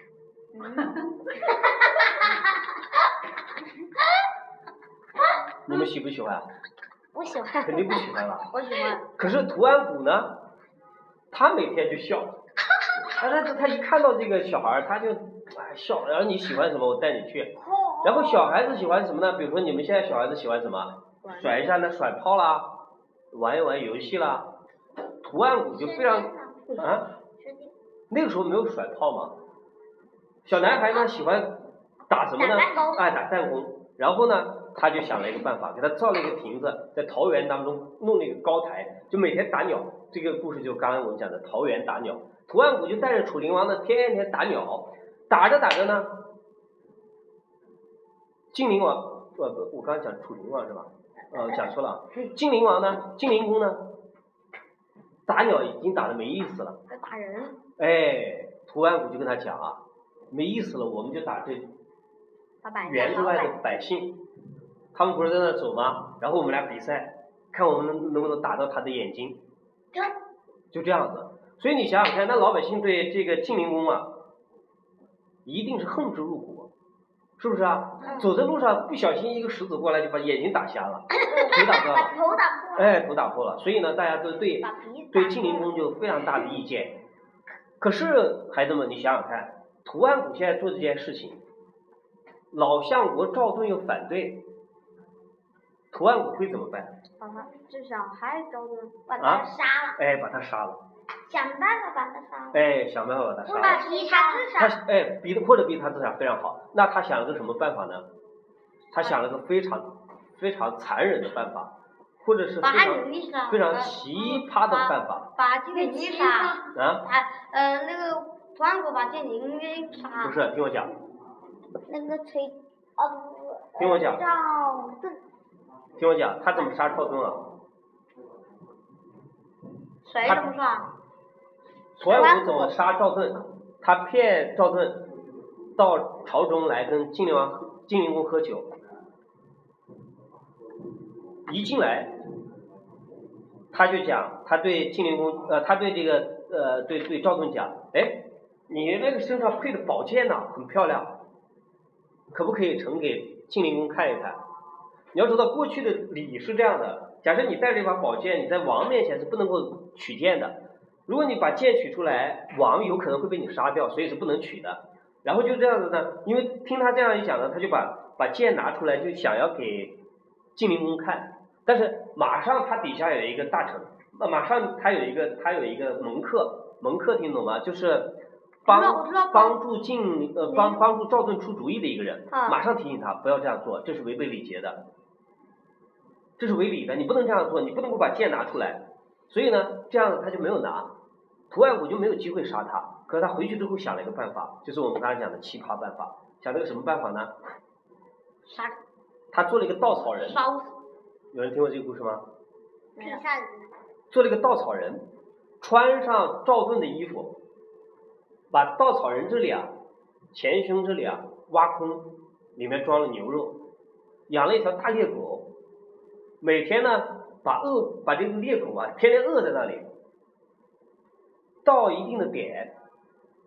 你们喜不喜欢？ 不喜欢。 肯定不喜欢了。 我喜欢。 可是屠安贾呢，他每天就笑。他他他一看到这个小孩，他就哎笑。然后你喜欢什么，我带你去。然后小孩子喜欢什么呢？比如说你们现在小孩子喜欢什么？甩一下那甩炮啦，玩一玩游戏啦。屠安贾就非常啊，那个时候没有甩炮嘛。小男孩呢喜欢打什么呢？哎，打弹弓。然后呢，他就想了一个办法，给他造了一个亭子，在桃园当中弄了一个高台，就每天打鸟。这个故事就刚刚我们讲的桃园打鸟。屠安贾就带着楚灵王呢，天天打鸟，打着打着呢，晋灵王，呃不，我刚刚讲楚灵王是吧？呃，讲错了。晋灵王呢，晋灵公呢，打鸟已经打得没意思了。 在打人。 哎，屠安贾就跟他讲啊，没意思了，我们就打这园之外的百姓，他们不是在那走吗？然后我们俩比赛，看我们能能不能打到他的眼睛。就这样子。所以你想想看，那老百姓对这个晋灵公啊，一定是恨之入骨，是不是啊？嗯、走在路上不小心一个石子过来就把眼睛打瞎了，头打断了， 把头打破了， 哎，头打破了。所以呢，大家都对对晋灵公就非常大的意见。可是孩子们，你想想看，屠安贾现在做这件事情，老相国赵盾又反对，屠安贾会怎么办？ 把他这小孩赵盾把他杀了、啊， 哎，把他杀了。 想办法把他杀了。 哎，想办法把他杀了。 或者逼他自杀。 他哎，逼或者逼他自杀非常好。那他想了个什么办法呢？他想了个非常非常残忍的办法，或者是非常非常奇葩的办法。 把这个击杀。 啊？ 呃，那个屠安贾把建宁给杀。 不是，听我讲。 那个崔啊不。 听我讲。 赵盾。 听我讲，他怎么杀赵盾啊？ 谁怎么杀？ 屠安贾怎么杀赵盾？他骗赵盾到朝中来跟晋灵王、晋灵公喝酒，一进来他就讲，他对晋灵公呃，他对这个呃，对对赵盾讲，哎，你那个身上配的宝剑呢，很漂亮，可不可以呈给晋灵公看一看？你要知道过去的礼是这样的，假设你带着一把宝剑，你在王面前是不能够取剑的。如果你把剑取出来，王有可能会被你杀掉，所以是不能取的。然后就这样子呢，因为听他这样一讲呢，他就把把剑拿出来，就想要给晋灵公看。但是马上他底下有一个大臣，那马上他有一个他有一个门客，门客听懂吗？就是帮帮助晋呃帮帮助赵盾出主意的一个人，马上提醒他不要这样做，这是违背礼节的。这是违礼的，你不能这样做，你不能够把剑拿出来。所以呢，这样他就没有拿，屠安贾就没有机会杀他。可是他回去之后想了一个办法，就是我们刚才讲的奇葩办法。想了个什么办法呢？ 杀。 他做了一个稻草人。 烧死。 有人听过这个故事吗？ 没有。下做了一个稻草人，穿上赵盾的衣服，把稻草人这里啊，前胸这里啊挖空，里面装了牛肉，养了一条大猎狗。每天呢，把饿把这个猎狗啊，天天饿在那里，到一定的点，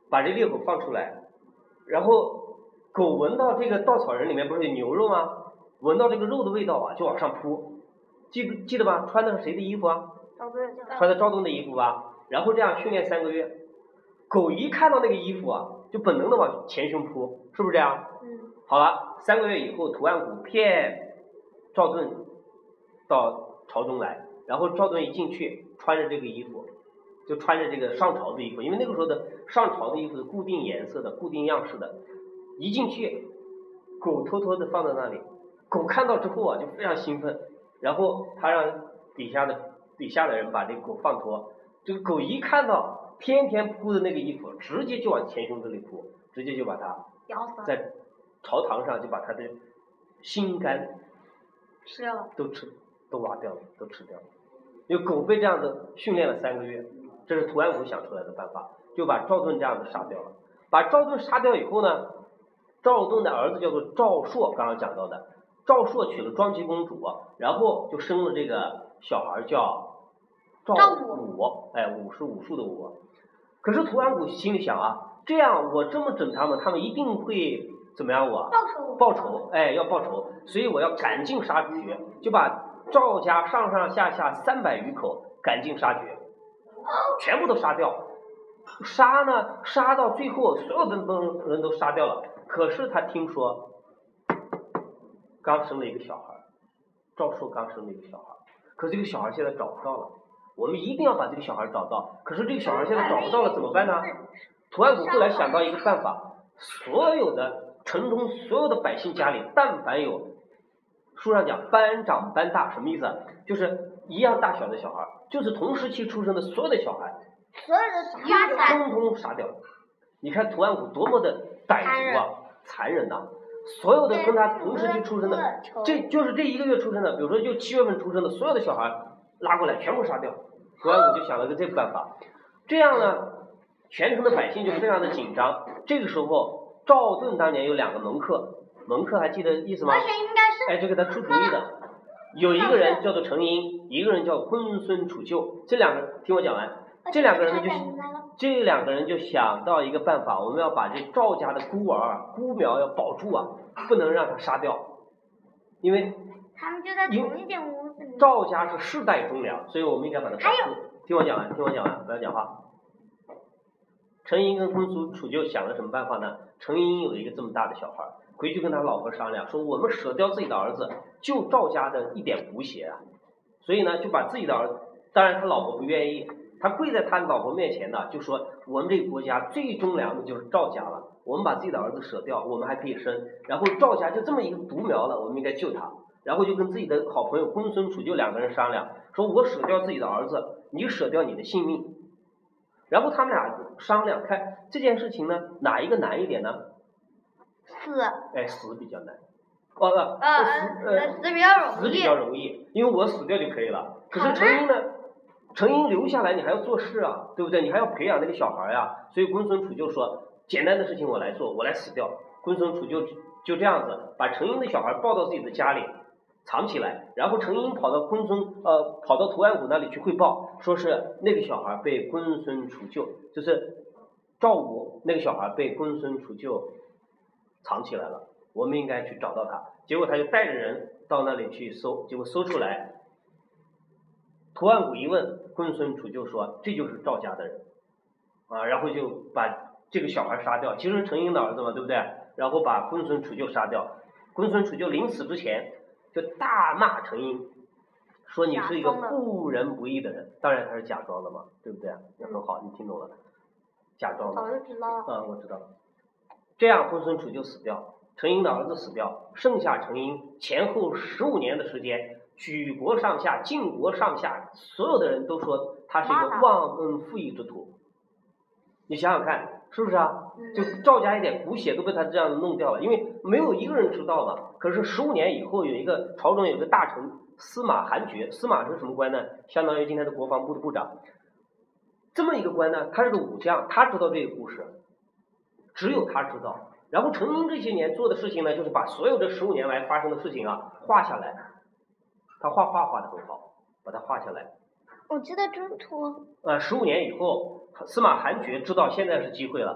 把这猎狗放出来，然后狗闻到这个稻草人里面不是有牛肉吗？闻到这个肉的味道啊，就往上扑。记记得吧？穿的是谁的衣服啊？穿的赵盾的衣服吧。然后这样训练三个月，狗一看到那个衣服啊，就本能的往前胸扑，是不是这样？ 嗯。 好了，三个月以后，图案谷骗赵盾到朝中来，然后赵盾一进去，穿着这个衣服，就穿着这个上朝的衣服，因为那个时候的上朝的衣服是固定颜色的、固定样式的。一进去，狗偷偷的放在那里，狗看到之后啊，就非常兴奋，然后他让底下的底下的人把这个狗放脱。这个狗一看到天天扑的那个衣服，直接就往前胸这里扑，直接就把它在朝堂上就把它的心肝吃掉了， 都吃都挖掉了，都吃掉了。因为狗被这样子训练了三个月，这是图案谷想出来的办法，就把赵盾这样子杀掉了。把赵盾杀掉以后呢，赵盾的儿子叫做赵朔，刚刚讲到的，赵朔娶了庄姬公主，然后就生了这个小孩叫赵武，哎，武是武术的武。可是图案谷心里想啊，这样我这么整他们，他们一定会怎么样我？ 报仇， 报仇，哎，要报仇，所以我要赶尽杀绝，就把赵家上上下下三百余口赶尽杀绝，全部都杀掉。杀呢，杀到最后，所有的人都杀掉了。可是他听说，刚生了一个小孩，赵朔刚生了一个小孩，可是这个小孩现在找不到了。我们一定要把这个小孩找到，可是这个小孩现在找不到了，怎么办呢？图案谷后来想到一个办法，所有的城中所有的百姓家里，但凡有书上讲班长班大，什么意思啊？就是一样大小的小孩，就是同时期出生的所有的小孩， 所有的杀通通杀掉。你看图案谷多么的歹毒啊，残忍呐、啊！所有的跟他同时期出生的，这就是这一个月出生的，比如说就七月份出生的所有的小孩拉过来全部杀掉。图案谷就想了个这个办法，这样呢，全城的百姓就非常的紧张。这个时候，赵盾当年有两个门客，门客还记得意思吗？哎，就给他出主意的，有一个人叫做程婴，一个人叫公孙杵臼。这两个听我讲完，这两个人就这两个人就想到一个办法，我们要把这赵家的孤儿孤苗要保住啊，不能让他杀掉，因为他们就在同一间屋子里。 赵家是世代忠良，所以我们应该把它保住。听我讲完，听我讲完，不要讲话。程婴跟公孙杵臼想了什么办法呢？程婴有一个这么大的小孩，回去跟他老婆商量，说我们舍掉自己的儿子，救赵家的一点骨血啊。所以呢，就把自己的儿子，当然他老婆不愿意，他跪在他老婆面前呢，就说我们这个国家最忠良的就是赵家了，我们把自己的儿子舍掉，我们还可以生，然后赵家就这么一个独苗了，我们应该救他。然后就跟自己的好朋友公孙杵臼两个人商量，说我舍掉自己的儿子，你舍掉你的性命。然后他们俩商量看这件事情呢，哪一个难一点呢？ 死。 哎，死比较难。哦呃呃死呃死比较容易。 死比较容易，因为我死掉就可以了。可是程婴呢？程婴留下来，你还要做事啊，对不对？你还要培养那个小孩啊。所以公孙杵臼说，简单的事情我来做，我来死掉。公孙杵臼就这样子把程婴的小孩抱到自己的家里。藏起来，然后程婴跑到公孙呃跑到图案谷那里去汇报，说是那个小孩被公孙杵臼，就是赵武那个小孩被公孙杵臼藏起来了，我们应该去找到他。结果他就带着人到那里去搜，结果搜出来，图案谷一问，公孙杵臼说这就是赵家的人啊，然后就把这个小孩杀掉，其实是程婴的儿子嘛，对不对？然后把公孙杵臼杀掉。公孙杵臼临死之前就大骂程婴，说你是一个不仁不义的人。当然他是假装的嘛，对不对？也很好，你听懂了，假装的。 早就知道了。 嗯，我知道了。这样公孙杵臼死掉，程婴的儿子死掉，剩下程婴前后十五年的时间，举国上下、晋国上下所有的人都说他是一个忘恩负义之徒。你想想看，是不是啊？就赵家一点骨血都被他这样弄掉了，因为没有一个人知道嘛。可是十五年以后，有一个朝中有一个大臣司马韩厥，司马是什么官呢？相当于今天的国防部的部长。这么一个官呢，他是个武将，他知道这个故事，只有他知道。然后程婴这些年做的事情呢，就是把所有这十五年来发生的事情啊画下来。他画画画的很好，把它画下来。 我记得中途。 呃，十五年以后，司马韩厥知道现在是机会了，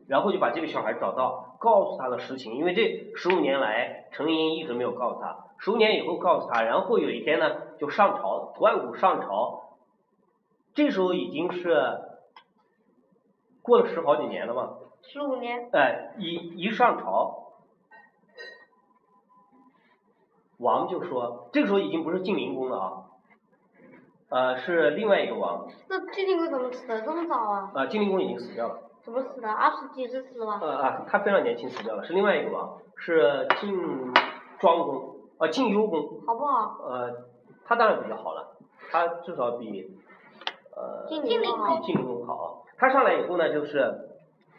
然后就把这个小孩找到，告诉他的实情，因为这十五年来程婴一直没有告诉他，十五年以后告诉他，然后有一天呢就上朝，图案谷上朝，这时候已经是过了十好几年了嘛， 十五年， 哎，一一上朝，王就说，这个时候已经不是晋灵公了啊，呃，是另外一个王。 那晋灵公怎么死的这么早啊？ 啊，晋灵公已经死掉了。 怎么死的？二十几岁死的吧？ 呃啊，他非常年轻死掉了，是另外一个王，是晋庄公，啊，晋幽公。 好不好？ 呃，他当然比较好了，他至少比呃晋灵公比晋灵公好。他上来以后呢，就是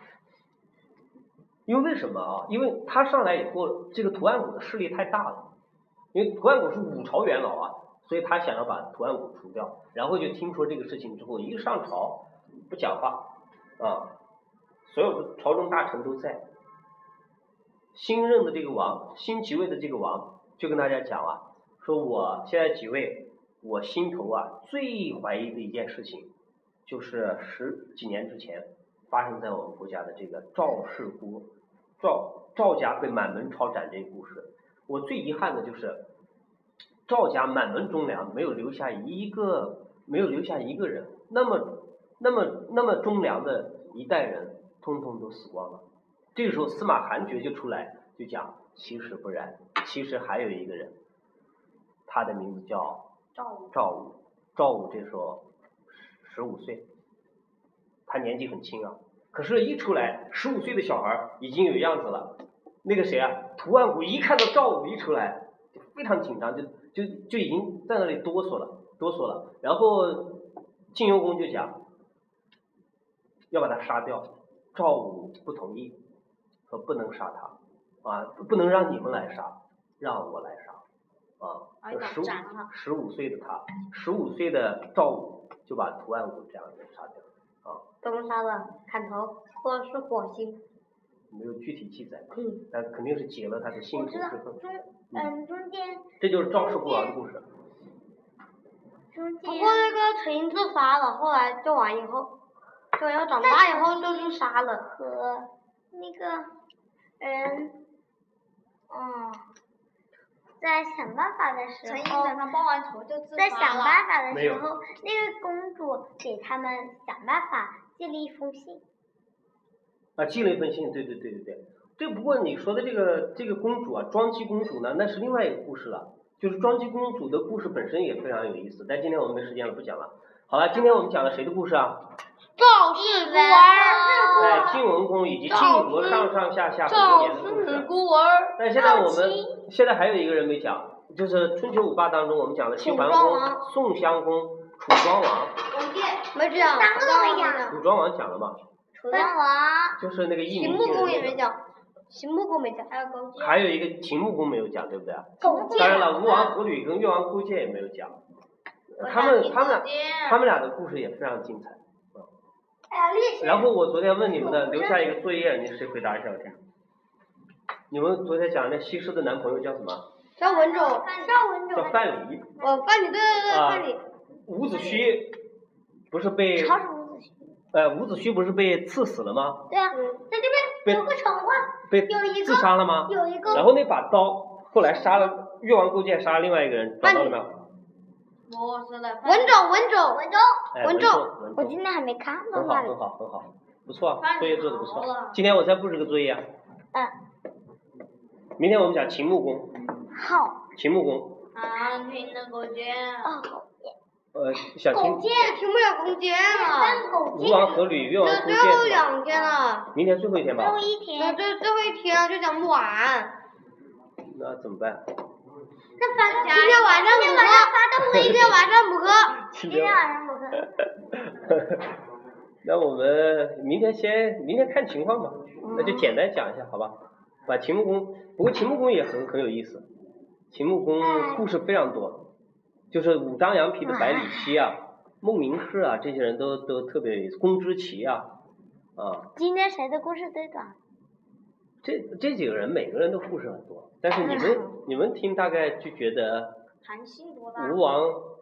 因为为什么啊？因为他上来以后，这个图案谷的势力太大了，因为图案谷是五朝元老啊，所以他想要把图案谷除掉，然后就听说这个事情之后，一上朝不讲话啊。所有的朝中大臣都在，新任的这个王，新即位的这个王就跟大家讲啊，说我现在即位，我心头啊最怀疑的一件事情，就是十几年之前发生在我们国家的这个赵氏孤赵赵家被满门抄斩这个故事。我最遗憾的就是赵家满门忠良，没有留下一个没有留下一个人，那么那么那么忠良的一代人。通通都死光了。这个时候司马寒厥就出来就讲，其实不然，其实还有一个人，他的名字叫赵武。 赵武，赵武这时候十五岁，他年纪很轻啊，可是一出来，十五岁的小孩已经有样子了。那个谁啊，图案谷一看到赵武一出来，就非常紧张，就就就已经在那里哆嗦了，哆嗦了。然后晋幽公就讲，要把他杀掉。赵武不同意，说不能杀他，啊，不能让你们来杀，让我来杀，啊，就十五十五岁的他，十五岁的赵武就把图案谷这样给杀掉，啊。 怎么杀的？砍头，或者是火星？ 没有具体记载， 嗯， 但肯定是解了他的心头之恨。 中嗯中间。 这就是赵氏孤儿的故事。 中间。 不过那个程婴自杀了，后来救完以后。对，要长大以后就去杀了。 和那个人，嗯，在想办法的时候， 程婴等他报完仇就自杀了。 在想办法的时候，那个公主给他们想办法寄了一封信。 啊，寄了一封信，对对对对对。这不过你说的这个这个公主啊，庄姬公主呢，那是另外一个故事了。就是庄姬公主的故事本身也非常有意思，但今天我们没时间了，不讲了。好了，今天我们讲的谁的故事啊？ 赵氏孤儿， 哎，晋文公以及晋国上上下下很多年的故事。 赵氏孤儿。 但现在我们现在还有一个人没讲，就是春秋五霸当中我们讲的齐桓公、宋襄公、楚庄王。 没讲。 三个都没讲。 楚庄王讲了吗？ 楚庄王。 就是那个艺名。 秦穆公也没讲。秦穆公没讲，还有勾践。 还有一个秦穆公没有讲，对不对？ 勾践。 当然了，吴王阖闾跟越王勾践也没有讲。他们他们俩他们俩的故事也非常精彩。然后我昨天问你们的，留下一个作业，你谁回答一下我听？你们昨天讲那西施的男朋友叫什么？ 叫文种。 叫文种。 叫范蠡。 哦，范蠡，对对对，范蠡。 伍子胥不是被？ 超是伍子胥。 呃，伍子胥不是被刺死了吗？ 对啊，在这边有个童话， 被有一个自杀了吗？ 有一个。 然后那把刀后来杀了越王勾践，杀了另外一个人，找到了没有？ 我说的文种，文种， 文种， 文种，我今天还没看到很好，很好，很好，不错，作业做的不错。今天我再布置个作业啊。 嗯。 明天我们讲秦穆公。 好。 秦穆公。 啊，听的勾践。 哦。 呃，小秦。 勾践听不了勾践了。 吴王阖闾、越王勾践。 最后两天了。 明天最后一天吧。 最后一天。 对，最后一天就讲不完。 那怎么办？ 那发今天晚上补课，今天晚上补课， 今天晚上补课。 那我们明天先，明天看情况吧，那就简单讲一下，好吧？把秦穆公，不过秦穆公也很很有意思，秦穆公故事非常多，就是五张羊皮的百里奚啊，孟明视啊，这些人都都特别有意思，公之奇啊，啊。 今天谁的故事最短？ 这这几个人每个人都故事很多，但是你们你们听大概就觉得韩信多大？ 吴王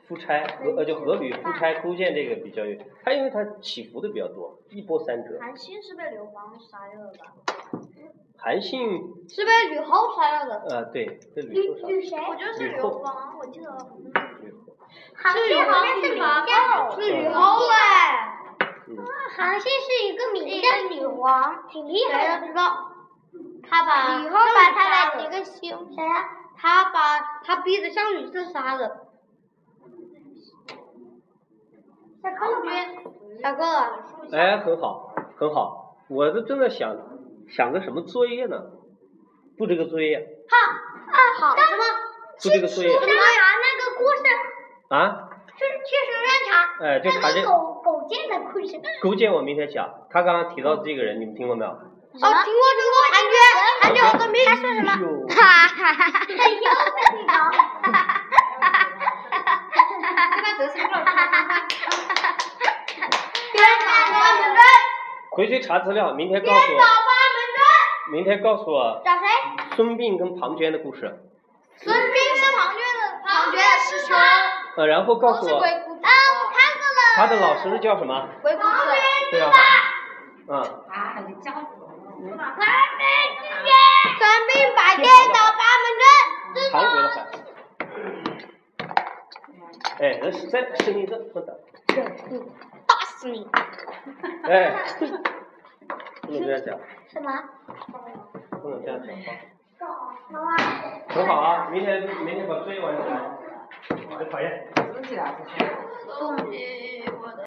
夫差河呃就河吕夫差勾践这个比较有，他因为他起伏的比较多，一波三折。 韩信是被刘邦杀掉的吧？ 韩信是被吕后杀掉的。 呃对，被吕吕后杀。 吕谁？ 我觉得是刘邦，我记得。 吕后。 韩信好像是明教。 是吕后哎。 嗯。 韩信是一个明教女王，挺厉害的。 知道。他把吕后把他的一个兄谁呀？ 他把他逼着项羽自杀的。 下课了吗？ 下课了。 哎，很好，很好。我是正在想想个什么作业呢？布这个作业。 好啊，好什么？ 布这个作业。 去查那个故事。 啊？ 去去书上查。 哎，就查这。 狗狗践的故事。 勾践我明天讲，他刚刚提到的这个人，你们听过没有？ 哦，听过听过，韩军，韩军我跟你他说什么？ 哈哈哈哈！ 哎呦，那你搞！哈哈哈哈哈！ 这个得是不了。 回去查资料，明天告诉我。明天告诉我。 找谁？ 孙膑跟庞涓的故事。 孙膑是庞涓的，庞涓的师兄。 呃，然后告诉我。 啊，我看过了。 他的老师叫什么？ 鬼谷子。 对啊。嗯。 啊，你家伙。 孙膑把电脑八门阵。 唐国的孩子。哎，那实在声音这么大。 打死你！ 哎，不能这样讲。 什么？ 不能这样讲话。 妈妈。 很好啊，明天明天把作业完成。很讨厌。 自己来。 东西。